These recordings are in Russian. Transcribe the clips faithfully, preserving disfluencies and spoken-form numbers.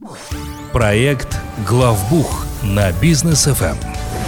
Проект «Главбух» на Бизнес эф эм.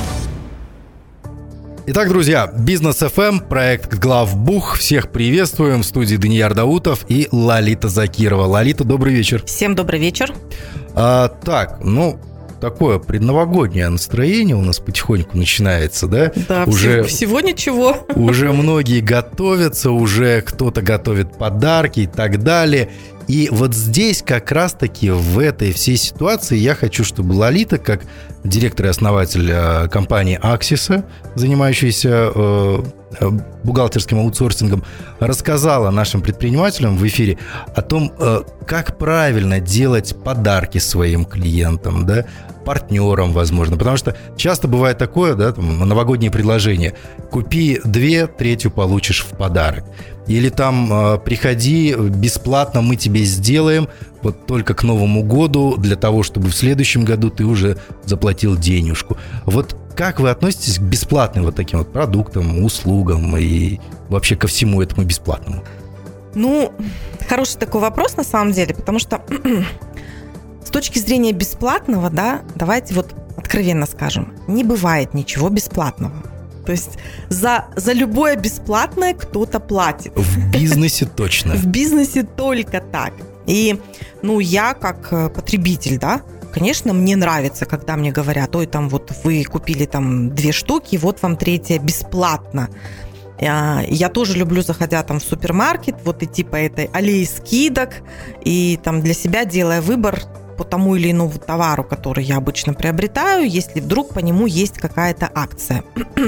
Итак, друзья, Бизнес эф эм, проект «Главбух». Всех приветствуем. В студии Данияр Даутов и Лолита Закирова. Лолита, добрый вечер. Всем добрый вечер. А, так, ну, такое предновогоднее настроение у нас потихоньку начинается, да? Да, уже, всего ничего. Уже многие готовятся, уже кто-то готовит подарки и так далее. И вот здесь как раз-таки в этой всей ситуации я хочу, чтобы Лолита, как директор и основатель компании Axis, занимающаяся э, бухгалтерским аутсорсингом, рассказала нашим предпринимателям в эфире о том, э, как правильно делать подарки своим клиентам, да, партнерам, возможно. Потому что часто бывает такое, да, там, новогоднее предложение: купи две, третью получишь в подарок. Или там э, приходи, бесплатно мы тебе сделаем, вот только к Новому году, для того, чтобы в следующем году ты уже заплатил денежку. Вот как вы относитесь к бесплатным вот таким вот продуктам, услугам и вообще ко всему этому бесплатному? Ну, хороший такой вопрос на самом деле, потому что с точки зрения бесплатного, да, давайте вот откровенно скажем, не бывает ничего бесплатного. То есть за, за любое бесплатное кто-то платит. В бизнесе точно. В бизнесе только так. И, ну, я как потребитель, да, конечно, мне нравится, когда мне говорят: ой, там вот вы купили там две штуки, вот вам третья бесплатно. Я тоже люблю, заходя там в супермаркет, вот идти по этой аллее скидок и там для себя делая выбор по тому или иному товару, который я обычно приобретаю, если вдруг по нему есть какая-то акция.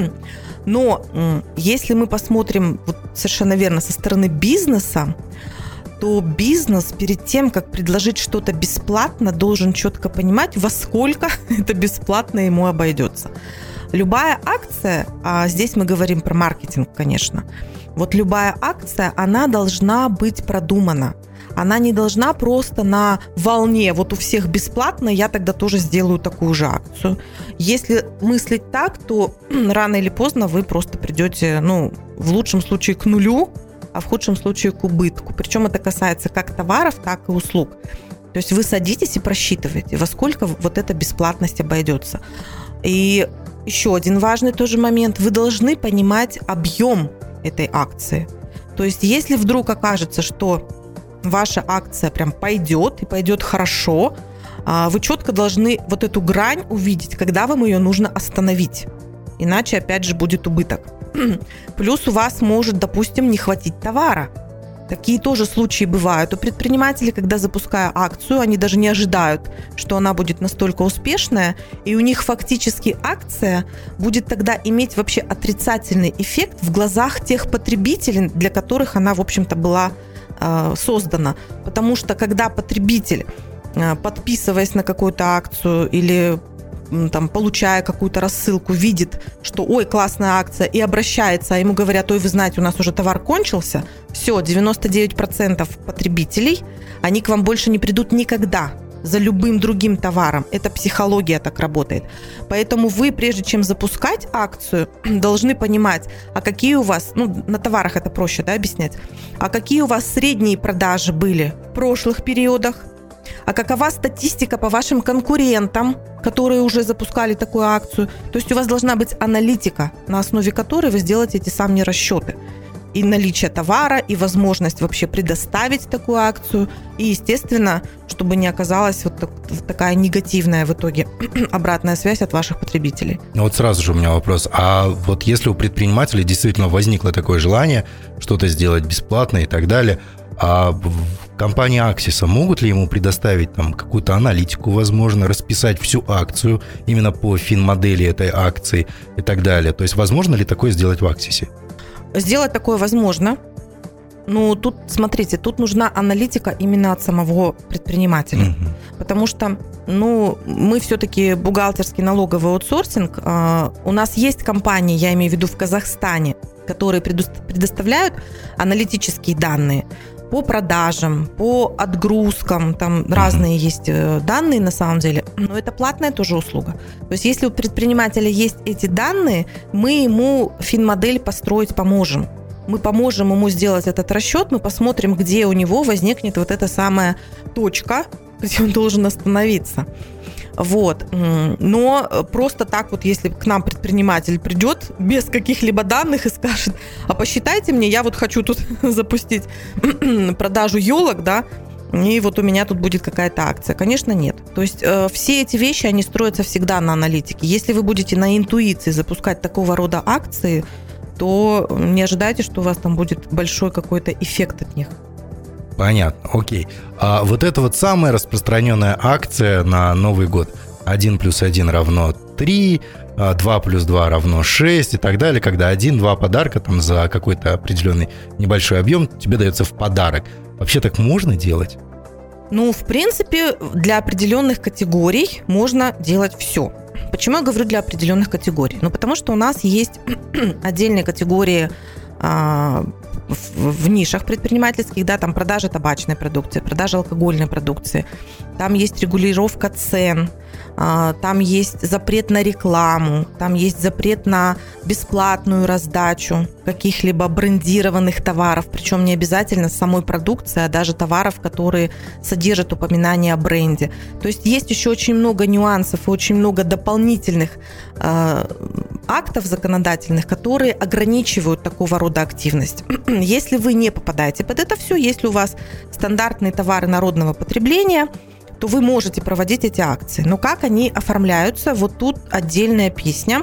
Но если мы посмотрим вот совершенно верно со стороны бизнеса, то бизнес перед тем, как предложить что-то бесплатно, должен четко понимать, во сколько это бесплатно ему обойдется. Любая акция, а здесь мы говорим про маркетинг, конечно, вот любая акция, она должна быть продумана. Она не должна просто на волне, вот у всех бесплатно, я тогда тоже сделаю такую же акцию. Если мыслить так, то рано или поздно вы просто придете, ну, в лучшем случае к нулю, а в худшем случае к убытку. Причем это касается как товаров, так и услуг. То есть вы садитесь и просчитываете, во сколько вот эта бесплатность обойдется. И еще один важный тоже момент. Вы должны понимать объем этой акции. То есть если вдруг окажется, что ваша акция прям пойдет и пойдет хорошо, вы четко должны вот эту грань увидеть, когда вам ее нужно остановить. Иначе, опять же, будет убыток. Плюс у вас может, допустим, не хватить товара. Такие тоже случаи бывают. У предпринимателей, когда запуская акцию, они даже не ожидают, что она будет настолько успешная, и у них фактически акция будет тогда иметь вообще отрицательный эффект в глазах тех потребителей, для которых она, в общем-то, была создана. Потому что когда потребитель, подписываясь на какую-то акцию или там, получая какую-то рассылку, видит, что ой, классная акция, и обращается, а ему говорят: ой, вы знаете, у нас уже товар кончился, все, девяносто девять процентов потребителей, они к вам больше не придут никогда за любым другим товаром. Это психология так работает. Поэтому вы, прежде чем запускать акцию, должны понимать, а какие у вас, ну, на товарах это проще, да, объяснять, а какие у вас средние продажи были в прошлых периодах, а какова статистика по вашим конкурентам, которые уже запускали такую акцию. То есть у вас должна быть аналитика, на основе которой вы сделаете эти самые расчеты. И наличие товара, и возможность вообще предоставить такую акцию. И, естественно, чтобы не оказалась вот так, такая негативная в итоге обратная связь от ваших потребителей. Ну вот сразу же у меня вопрос. А вот если у предпринимателя действительно возникло такое желание что-то сделать бесплатно и так далее, а в компании Axis могут ли ему предоставить там какую-то аналитику, возможно, расписать всю акцию именно по финмодели этой акции и так далее? То есть возможно ли такое сделать в Axis? Сделать такое возможно. Ну, тут, смотрите, тут нужна аналитика именно от самого предпринимателя. Угу. Потому что, ну, мы все-таки бухгалтерский налоговый аутсорсинг. Э, у нас есть компании, я имею в виду в Казахстане, которые предоставляют аналитические данные по продажам, по отгрузкам, там mm-hmm. разные есть данные на самом деле, но это платная тоже услуга. То есть если у предпринимателя есть эти данные, мы ему финмодель построить поможем. Мы поможем ему сделать этот расчет, мы посмотрим, где у него возникнет вот эта самая точка, где он должен остановиться. Вот. Но просто так вот, если к нам предприниматель придет без каких-либо данных и скажет, а посчитайте мне, я вот хочу тут запустить продажу елок, да, и вот у меня тут будет какая-то акция. Конечно, нет. То есть э, все эти вещи, они строятся всегда на аналитике. Если вы будете на интуиции запускать такого рода акции, то не ожидайте, что у вас там будет большой какой-то эффект от них. Понятно, окей. А вот это вот самая распространенная акция на Новый год. один плюс один равно три, два плюс два равно шесть и так далее, когда один-два подарка там за какой-то определенный небольшой объем тебе дается в подарок. Вообще так можно делать? Ну, в принципе, для определенных категорий можно делать все. Почему я говорю для определенных категорий? Ну, потому что у нас есть отдельные категории а, в, в нишах предпринимательских, да, там продажа табачной продукции, продажа алкогольной продукции, там есть регулировка цен, а, там есть запрет на рекламу, там есть запрет на бесплатную раздачу каких-либо брендированных товаров, причем не обязательно самой продукции, а даже товаров, которые содержат упоминание о бренде. То есть есть еще очень много нюансов и очень много дополнительных э, актов законодательных, которые ограничивают такого рода активность. Если вы не попадаете под это все, если у вас стандартные товары народного потребления, то вы можете проводить эти акции. Но как они оформляются, вот тут отдельная песня.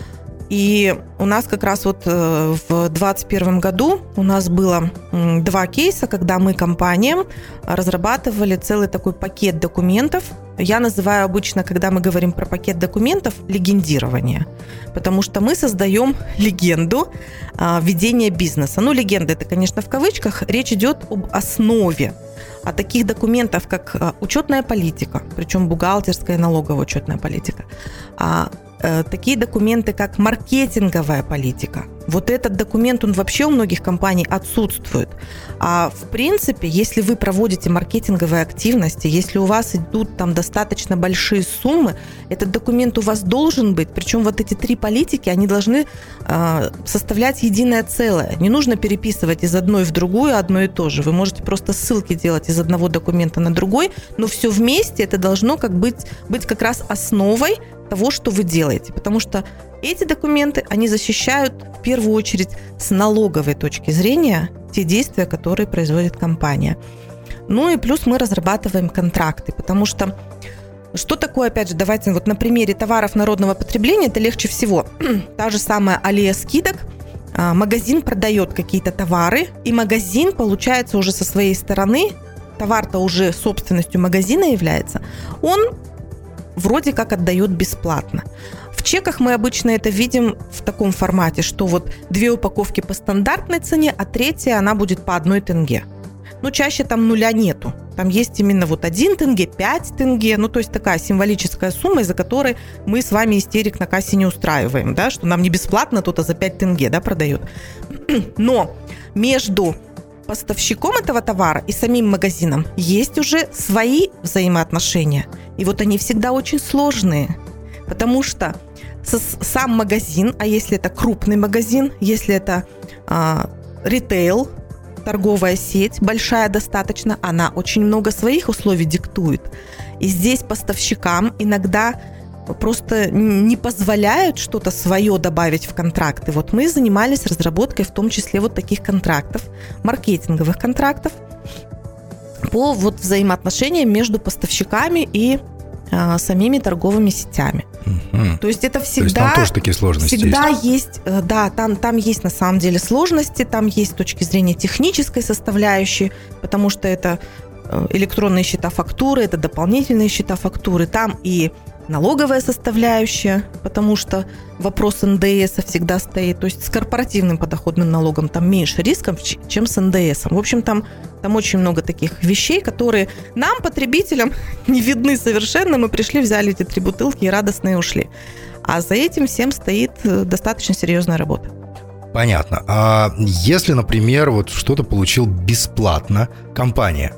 И у нас как раз вот в двадцать первом году у нас было два кейса, когда мы компаниям разрабатывали целый такой пакет документов. Я называю обычно, когда мы говорим про пакет документов, легендирование. Потому что мы создаем легенду ведения бизнеса. Ну, легенда это, конечно, в кавычках. Речь идет об основе. А таких документов, как учетная политика, причем бухгалтерская и налоговая учетная политика, а такие документы, как маркетинговая политика. Вот этот документ, он вообще у многих компаний отсутствует. А в принципе, если вы проводите маркетинговые активности, если у вас идут там достаточно большие суммы, этот документ у вас должен быть. Причем вот эти три политики, они должны э, составлять единое целое. Не нужно переписывать из одной в другую одно и то же. Вы можете просто ссылки делать из одного документа на другой, но все вместе это должно как быть, быть как раз основой того, что вы делаете. Потому что эти документы, они защищают в первую очередь с налоговой точки зрения те действия, которые производит компания. Ну и плюс мы разрабатываем контракты, потому что что такое, опять же, давайте вот на примере товаров народного потребления это легче всего. Та же самая аллея скидок, магазин продает какие-то товары, и магазин, получается, уже со своей стороны, товар-то уже собственностью магазина является, он вроде как отдает бесплатно. В чеках мы обычно это видим в таком формате, что вот две упаковки по стандартной цене, а третья она будет по одной тенге. Ну, чаще там нуля нету. Там есть именно вот один тенге, пять тенге, ну, то есть такая символическая сумма, из-за которой мы с вами истерик на кассе не устраиваем, да, что нам не бесплатно тут, а за пять тенге, да, продают. Но между поставщиком этого товара и самим магазином есть уже свои взаимоотношения. И вот они всегда очень сложные, потому что сам магазин, а если это крупный магазин, если это а, ритейл, торговая сеть, большая достаточно, она очень много своих условий диктует. И здесь поставщикам иногда просто не позволяют что-то свое добавить в контракты. Вот мы занимались разработкой в том числе вот таких контрактов, маркетинговых контрактов по вот взаимоотношениям между поставщиками и а, самими торговыми сетями. Угу. То есть это всегда... То есть там тоже такие сложности всегда есть? есть да, там, там есть на самом деле сложности, там есть с точки зрения технической составляющей, потому что это электронные счета фактуры, это дополнительные счета фактуры, там и налоговая составляющая, потому что вопрос эн дэ эса всегда стоит. То есть с корпоративным подоходным налогом там меньше рисков, чем с эн дэ эсом. В общем, там, там очень много таких вещей, которые нам, потребителям, не видны совершенно. Мы пришли, взяли эти три бутылки и радостно ушли. А за этим всем стоит достаточно серьезная работа. Понятно. А если, например, вот что-то получил бесплатно компания,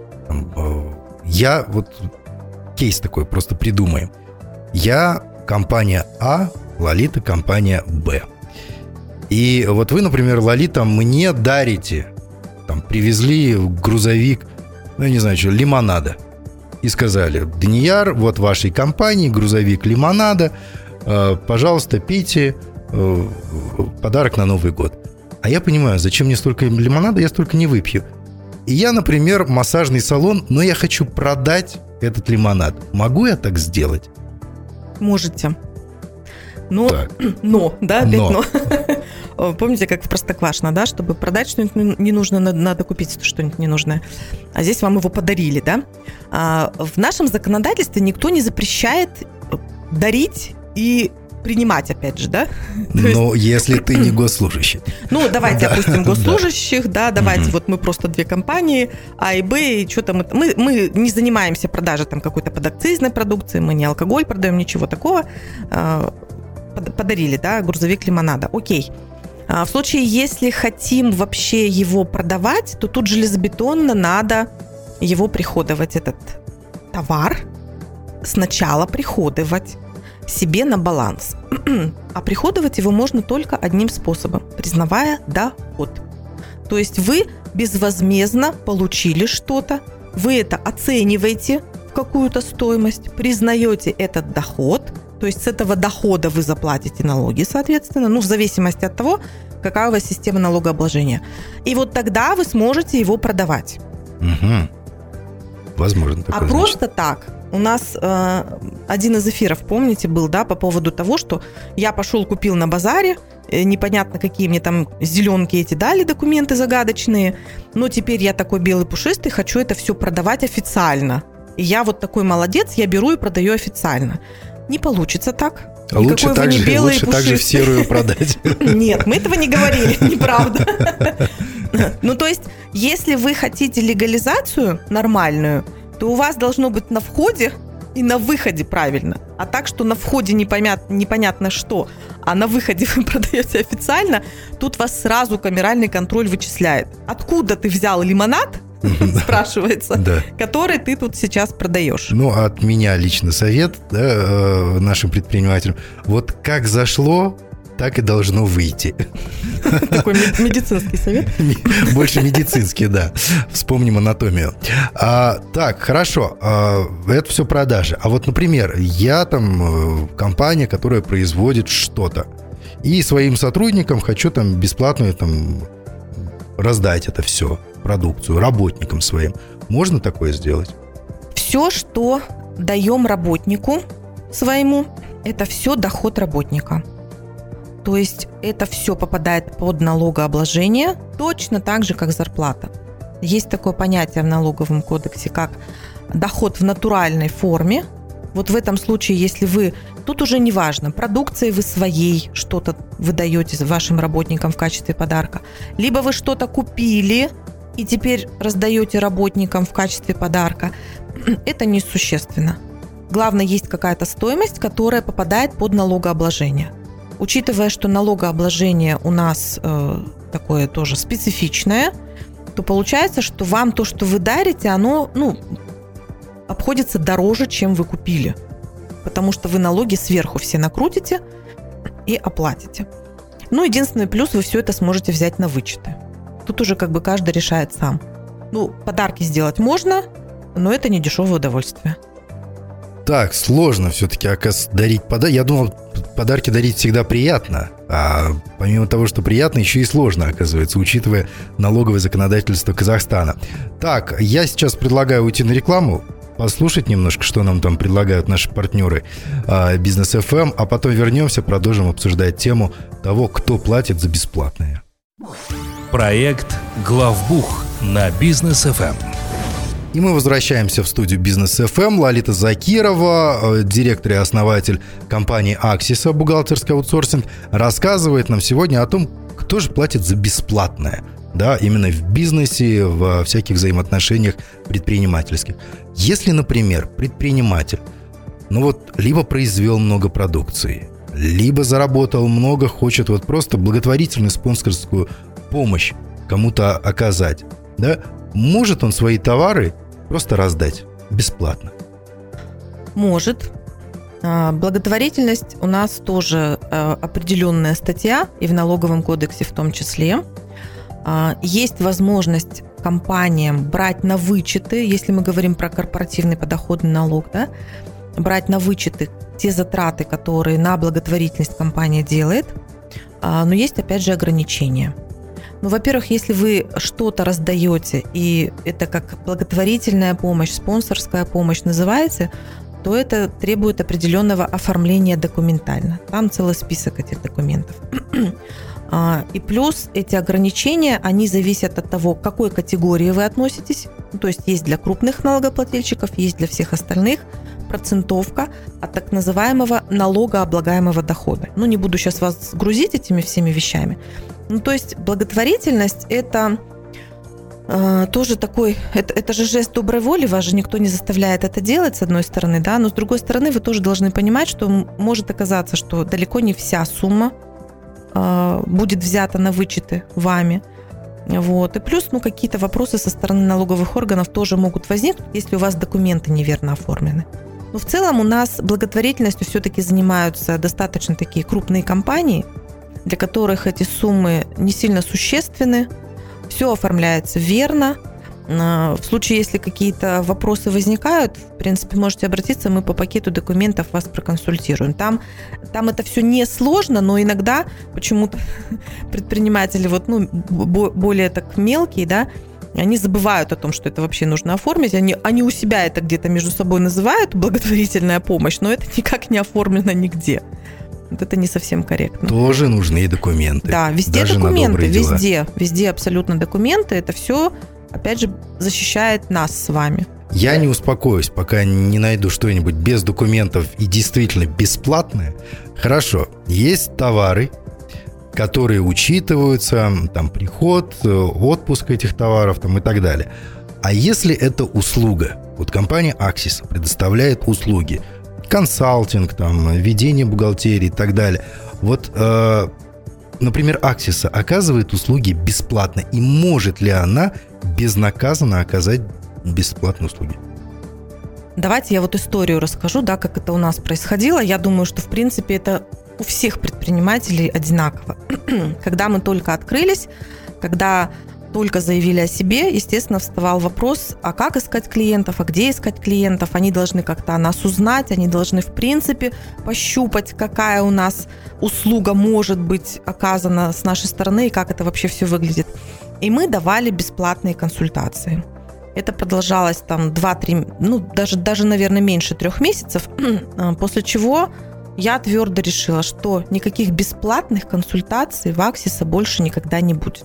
я вот кейс такой просто придумаем. Я компания А, Лолита компания Б. И вот вы, например, Лолита, мне дарите, там, привезли грузовик, ну, я не знаю, что, лимонада. и сказали: Данияр, вот вашей компании грузовик лимонада, пожалуйста, пейте, подарок на Новый год. А я понимаю, зачем мне столько лимонада, я столько не выпью. И я, например, массажный салон, но я хочу продать этот лимонад. Могу я так сделать? Можете. Но, Так. но, да, опять Но. но. Помните, как в Простоквашино, да, чтобы продать что-нибудь ненужное, надо, надо купить что-нибудь ненужное. А здесь вам его подарили, да? А в нашем законодательстве никто не запрещает дарить и принимать, опять же, да? Но если ты не госслужащий. Ну, давайте Да. опустим госслужащих, да, давайте Мгм. вот мы просто две компании, А и Б, и что-то мы, мы... Мы не занимаемся продажей там какой-то подакцизной продукции, мы не алкоголь продаем, ничего такого. А, под- Подарили, да, грузовик лимонада. Окей. А в случае, если хотим вообще его продавать, то тут железобетонно надо его приходовать, этот товар, сначала приходовать себе на баланс. А приходовать его можно только одним способом, признавая доход. То есть вы безвозмездно получили что-то, вы это оцениваете в какую-то стоимость, признаете этот доход, то есть с этого дохода вы заплатите налоги, соответственно, ну, в зависимости от того, какая у вас система налогообложения. И вот тогда вы сможете его продавать. Угу. Возможно. А такое, просто значит. так. У нас э, один из эфиров, помните, был, да, по поводу того, что я пошел, купил на базаре, э, непонятно, какие мне там зеленки эти дали документы загадочные, но теперь я такой белый пушистый, хочу это все продавать официально. И я вот такой молодец, я беру и продаю официально. Не получится так. А лучше Никакой вы так не же, белый и лучше так же в пушистый. серую продать. Нет, мы этого не говорили, неправда. Ну, то есть, если вы хотите легализацию нормальную, то у вас должно быть на входе и на выходе правильно. А так, что на входе непонятно, непонятно что, а на выходе вы продаете официально, тут вас сразу камеральный контроль вычисляет. Откуда ты взял лимонад, спрашивается, Да. который ты тут сейчас продаешь. Ну, от меня лично совет, да, э, нашим предпринимателям. Вот как зашло, так и должно выйти. Такой мед- медицинский совет. Больше медицинский, да. Вспомним анатомию. А, так, хорошо. А, это все продажи. А вот, например, я там э, компания, которая производит что-то. И своим сотрудникам хочу там бесплатную там раздать это все, продукцию, работникам своим. Можно такое сделать? Все, что даем работнику своему, это все доход работника. То есть это все попадает под налогообложение точно так же, как зарплата. Есть такое понятие в налоговом кодексе, как доход в натуральной форме. Вот в этом случае, если вы, тут уже не важно, продукцией вы своей что-то выдаете вашим работникам в качестве подарка, либо вы что-то купили и теперь раздаете работникам в качестве подарка, это несущественно. Главное, есть какая-то стоимость, которая попадает под налогообложение. Учитывая, что налогообложение у нас э, такое тоже специфичное, то получается, что вам то, что вы дарите, оно, ну, обходится дороже, чем вы купили. Потому что вы налоги сверху все накрутите и оплатите. Ну, единственный плюс, вы все это сможете взять на вычеты. Тут уже как бы каждый решает сам. Ну, подарки сделать можно, но это не дешевое удовольствие. Так, сложно все-таки, оказывается, дарить подарки. Я думал, подарки дарить всегда приятно. А помимо того, что приятно, еще и сложно, оказывается, учитывая налоговое законодательство Казахстана. Так, я сейчас предлагаю уйти на рекламу, послушать немножко, что нам там предлагают наши партнеры Бизнес эф эм, а потом вернемся, продолжим обсуждать тему того, кто платит за бесплатное. Проект «Главбух» на Бизнес эф эм. И мы возвращаемся в студию Бизнес эф эм. Лолита Закирова, директор и основатель компании Аксиса, бухгалтерский аутсорсинг, рассказывает нам сегодня о том, кто же платит за бесплатное, да, именно в бизнесе, во всяких взаимоотношениях предпринимательских. Если, например, предприниматель, ну вот, либо произвел много продукции, либо заработал много, хочет вот просто благотворительную спонсорскую помощь кому-то оказать, да, может он свои товары просто раздать бесплатно? Может. Благотворительность у нас тоже определенная статья, и в налоговом кодексе в том числе. Есть возможность компаниям брать на вычеты, если мы говорим про корпоративный подоходный налог, да, брать на вычеты те затраты, которые на благотворительность компания делает, но есть, опять же, ограничения. Ну, во-первых, если вы что-то раздаете, и это как благотворительная помощь, спонсорская помощь называете, то это требует определенного оформления документально. Там целый список этих документов. И плюс эти ограничения, они зависят от того, к какой категории вы относитесь. То есть есть для крупных налогоплательщиков, есть для всех остальных процентовка от так называемого налогооблагаемого дохода. Ну, не буду сейчас вас грузить этими всеми вещами. Ну, то есть благотворительность – это э, тоже такой, это, это же жест доброй воли, вас же никто не заставляет это делать, с одной стороны, да, но с другой стороны вы тоже должны понимать, что может оказаться, что далеко не вся сумма э, будет взята на вычеты вами. Вот. И плюс, ну, какие-то вопросы со стороны налоговых органов тоже могут возникнуть, если у вас документы неверно оформлены. Но в целом у нас благотворительностью все-таки занимаются достаточно такие крупные компании, для которых эти суммы не сильно существенны, все оформляется верно. В случае, если какие-то вопросы возникают, в принципе, можете обратиться, мы по пакету документов вас проконсультируем. Там, там это все не сложно, но иногда почему-то предприниматели вот, ну, более так мелкие, да, они забывают о том, что это вообще нужно оформить. Они, они у себя это где-то между собой называют благотворительная помощь, но это никак не оформлено нигде. Вот это не совсем корректно. Тоже нужны документы. Да, везде даже документы, везде, везде абсолютно документы. Это все, опять же, защищает нас с вами. Я не успокоюсь, пока не найду что-нибудь без документов и действительно бесплатное. Хорошо, есть товары, которые учитываются, там, приход, отпуск этих товаров там, и так далее. А если это услуга? Вот компания Axis предоставляет услуги, консалтинг, там, ведение бухгалтерии и так далее. Вот, э, например, Axis оказывает услуги бесплатно. И может ли она безнаказанно оказать бесплатные услуги? Давайте я вот историю расскажу, да, как это у нас происходило. Я думаю, что, в принципе, это у всех предпринимателей одинаково. Когда мы только открылись, когда только заявили о себе, естественно, вставал вопрос, а как искать клиентов, а где искать клиентов. Они должны как-то о нас узнать, они должны, в принципе, пощупать, какая у нас услуга может быть оказана с нашей стороны и как это вообще все выглядит. И мы давали бесплатные консультации. Это продолжалось там два-три, ну, даже, даже, наверное, меньше трех месяцев, после чего я твердо решила, что никаких бесплатных консультаций в Axis больше никогда не будет.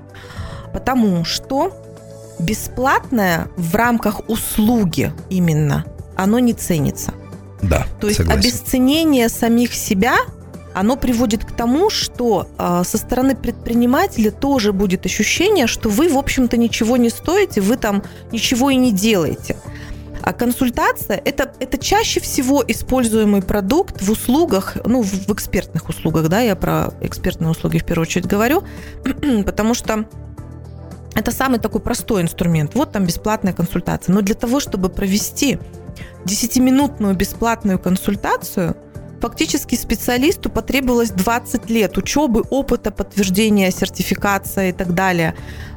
Потому что бесплатное в рамках услуги именно, оно не ценится. Да, То есть согласен. Обесценение самих себя, оно приводит к тому, что э, со стороны предпринимателя тоже будет ощущение, что вы, в общем-то, ничего не стоите, вы там ничего и не делаете. А консультация – это, это чаще всего используемый продукт в услугах, ну, в, в экспертных услугах, да, я про экспертные услуги в первую очередь говорю, потому что это самый такой простой инструмент. Вот там бесплатная консультация. Но для того, чтобы провести десятиминутную бесплатную консультацию, фактически специалисту потребовалось двадцать лет учебы, опыта, подтверждения, сертификации и так далее,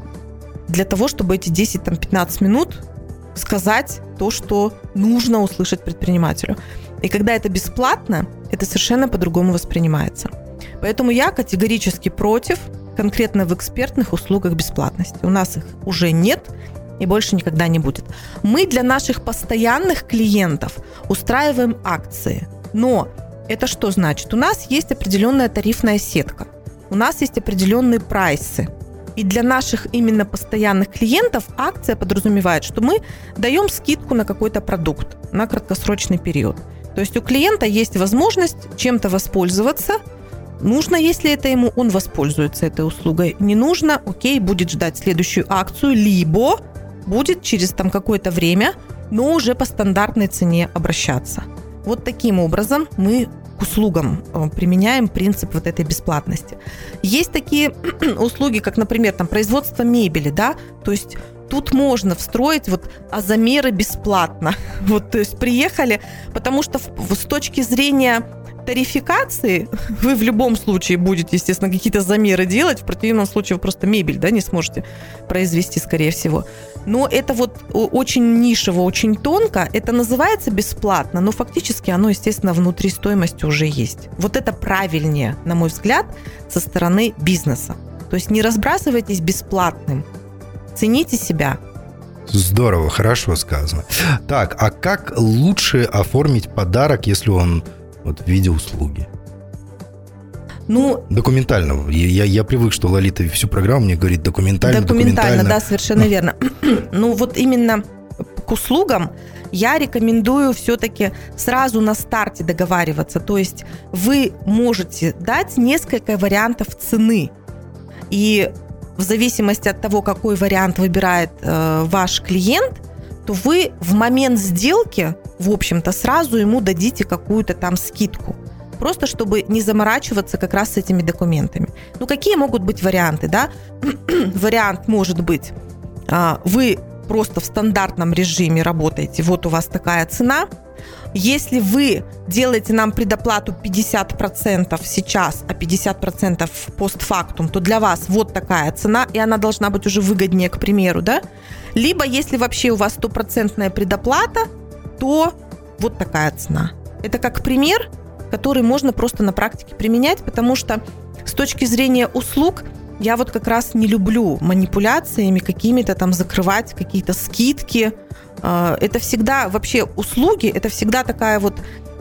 для того, чтобы эти десять-пятнадцать минут сказать то, что нужно услышать предпринимателю. И когда это бесплатно, это совершенно по-другому воспринимается. Поэтому я категорически против конкретно в экспертных услугах бесплатности. У нас их уже нет и больше никогда не будет. Мы для наших постоянных клиентов устраиваем акции. Но это что значит? У нас есть определенная тарифная сетка. У нас есть определенные прайсы. И для наших именно постоянных клиентов акция подразумевает, что мы даем скидку на какой-то продукт на краткосрочный период. То есть у клиента есть возможность чем-то воспользоваться. Нужно, если это ему, он воспользуется этой услугой. Не нужно, окей, будет ждать следующую акцию, либо будет через там какое-то время, но уже по стандартной цене обращаться. Вот таким образом мы к услугам применяем принцип вот этой бесплатности. Есть такие услуги, как, например, там, производство мебели, да, то есть тут можно встроить вот а замеры бесплатно. Вот, то есть приехали, потому что с точки зрения тарификации вы в любом случае будете, естественно, какие-то замеры делать. В противном случае вы просто мебель, да, не сможете произвести, скорее всего. Но это вот очень нишево, очень тонко. Это называется бесплатно, но фактически оно, естественно, внутри стоимости уже есть. Вот это правильнее, на мой взгляд, со стороны бизнеса. То есть не разбрасывайтесь бесплатным. Цените себя. Здорово, хорошо сказано. Так, а как лучше оформить подарок, если он вот в виде услуги? Ну, документального. Я, я привык, что Лолита всю программу мне говорит документально, документально. Документально, да, совершенно ну. верно. Ну, вот именно к услугам я рекомендую все-таки сразу на старте договариваться. То есть вы можете дать несколько вариантов цены. И в зависимости от того, какой вариант выбирает э, ваш клиент, то вы в момент сделки, в общем-то, сразу ему дадите какую-то там скидку. Просто чтобы не заморачиваться как раз с этими документами. Ну, какие могут быть варианты, да? Вариант может быть, э, вы просто в стандартном режиме работаете, вот у вас такая цена. Если вы делаете нам предоплату пятьдесят процентов сейчас, а пятьдесят процентов постфактум, то для вас вот такая цена, и она должна быть уже выгоднее, к примеру, да? Либо если вообще у вас стопроцентная предоплата, то вот такая цена. Это как пример, который можно просто на практике применять, потому что с точки зрения услуг я вот как раз не люблю манипуляциями какими-то там закрывать какие-то скидки. Это всегда, вообще услуги, это всегда такая вот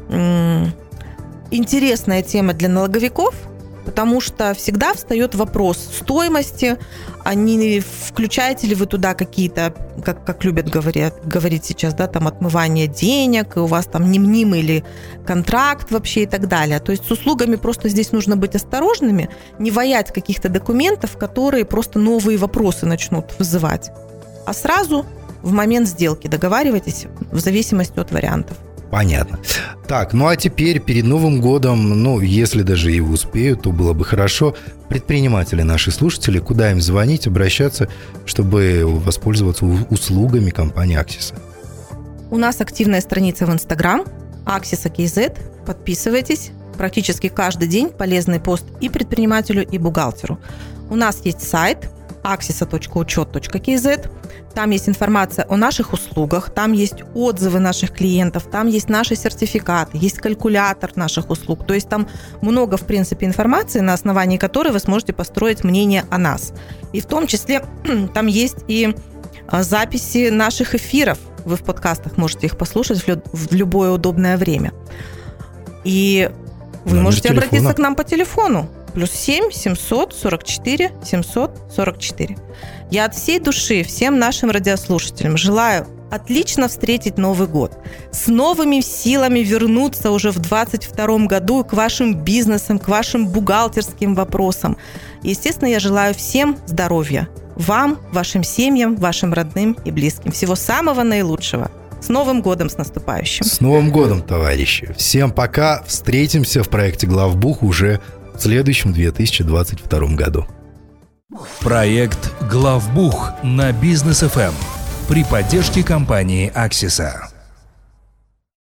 м- интересная тема для налоговиков, потому что всегда встает вопрос стоимости, а не включаете ли вы туда какие-то, как, как любят говорить, говорить сейчас, да, там отмывание денег, и у вас там не мнимый ли контракт вообще и так далее. То есть с услугами просто здесь нужно быть осторожными, не ваять каких-то документов, которые просто новые вопросы начнут вызывать, а сразу в момент сделки договаривайтесь в зависимости от вариантов. Понятно. Так, ну а теперь перед Новым годом, ну, если даже и успеют, то было бы хорошо. Предприниматели, наши слушатели, куда им звонить, обращаться, чтобы воспользоваться услугами компании Аксиса? У нас активная страница в Инстаграм, Аксиса кей зет. Подписывайтесь. Практически каждый день полезный пост и предпринимателю, и бухгалтеру. У нас есть сайт аксиса точка учет точка кей зет. Там есть информация о наших услугах, там есть отзывы наших клиентов, там есть наши сертификаты, есть калькулятор наших услуг. То есть там много, в принципе, информации, на основании которой вы сможете построить мнение о нас. И в том числе там есть и записи наших эфиров. Вы в подкастах можете их послушать в любое удобное время. И вы Номер можете телефона. Обратиться к нам по телефону. Плюс семь семьсот сорок четыре семьсот сорок четыре. Я от всей души всем нашим радиослушателям желаю отлично встретить Новый год, с новыми силами вернуться уже в двадцать втором году к вашим бизнесам, к вашим бухгалтерским вопросам. И, естественно, я желаю всем здоровья. Вам, вашим семьям, вашим родным и близким. Всего самого наилучшего. С Новым годом, с наступающим. С Новым годом, товарищи. Всем пока. Встретимся в проекте «Главбух» уже в следующем две тысячи двадцать втором году. Проект «Главбух» на Бизнес эф эм при поддержке компании Аксиса.